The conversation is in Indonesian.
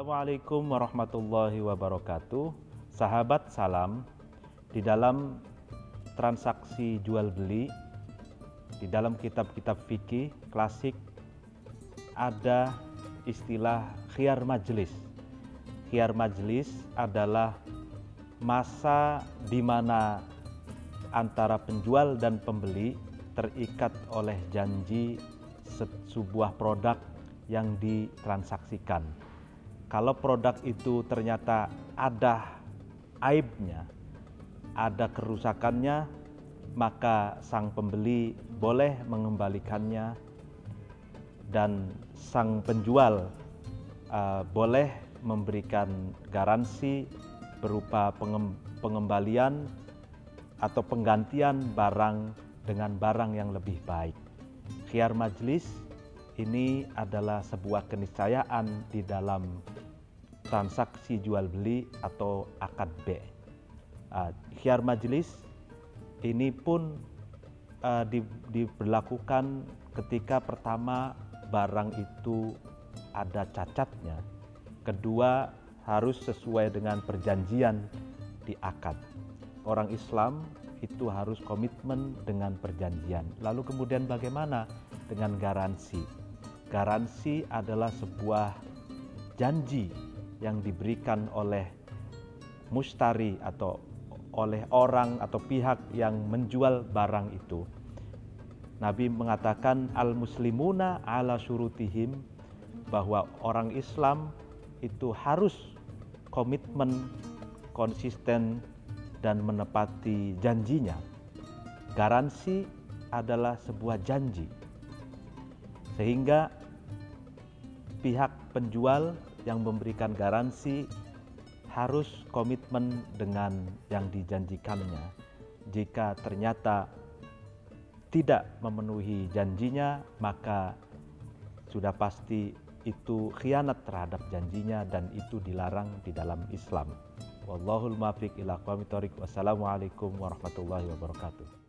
Assalamualaikum warahmatullahi wabarakatuh. Sahabat salam, di dalam transaksi jual beli, di dalam kitab-kitab fikih klasik ada istilah khiyar majlis. Khiyar majlis adalah masa di mana antara penjual dan pembeli terikat oleh janji sebuah produk yang ditransaksikan. Kalau produk itu ternyata ada aibnya, ada kerusakannya, maka sang pembeli boleh mengembalikannya dan sang penjual boleh memberikan garansi berupa pengembalian atau penggantian barang dengan barang yang lebih baik. Khiyar majlis ini adalah sebuah keniscayaan di dalam transaksi jual beli atau akad B. Khiyar majlis ini pun diberlakukan ketika pertama barang itu ada cacatnya, kedua harus sesuai dengan perjanjian di akad. Orang Islam itu harus komitmen dengan perjanjian. Lalu kemudian bagaimana dengan garansi? Garansi adalah sebuah janji yang diberikan oleh mustari atau oleh orang atau pihak yang menjual barang itu. Nabi mengatakan al-muslimuna ala syurutihim, bahwa orang Islam itu harus komitmen, konsisten dan menepati janjinya. Garansi adalah sebuah janji, sehingga pihak penjual yang memberikan garansi harus komitmen dengan yang dijanjikannya. Jika ternyata tidak memenuhi janjinya, maka sudah pasti itu khianat terhadap janjinya dan itu dilarang di dalam Islam. Wallahul muwaffiq ila aqwamit thoriq. Wassalamualaikum warahmatullahi wabarakatuh.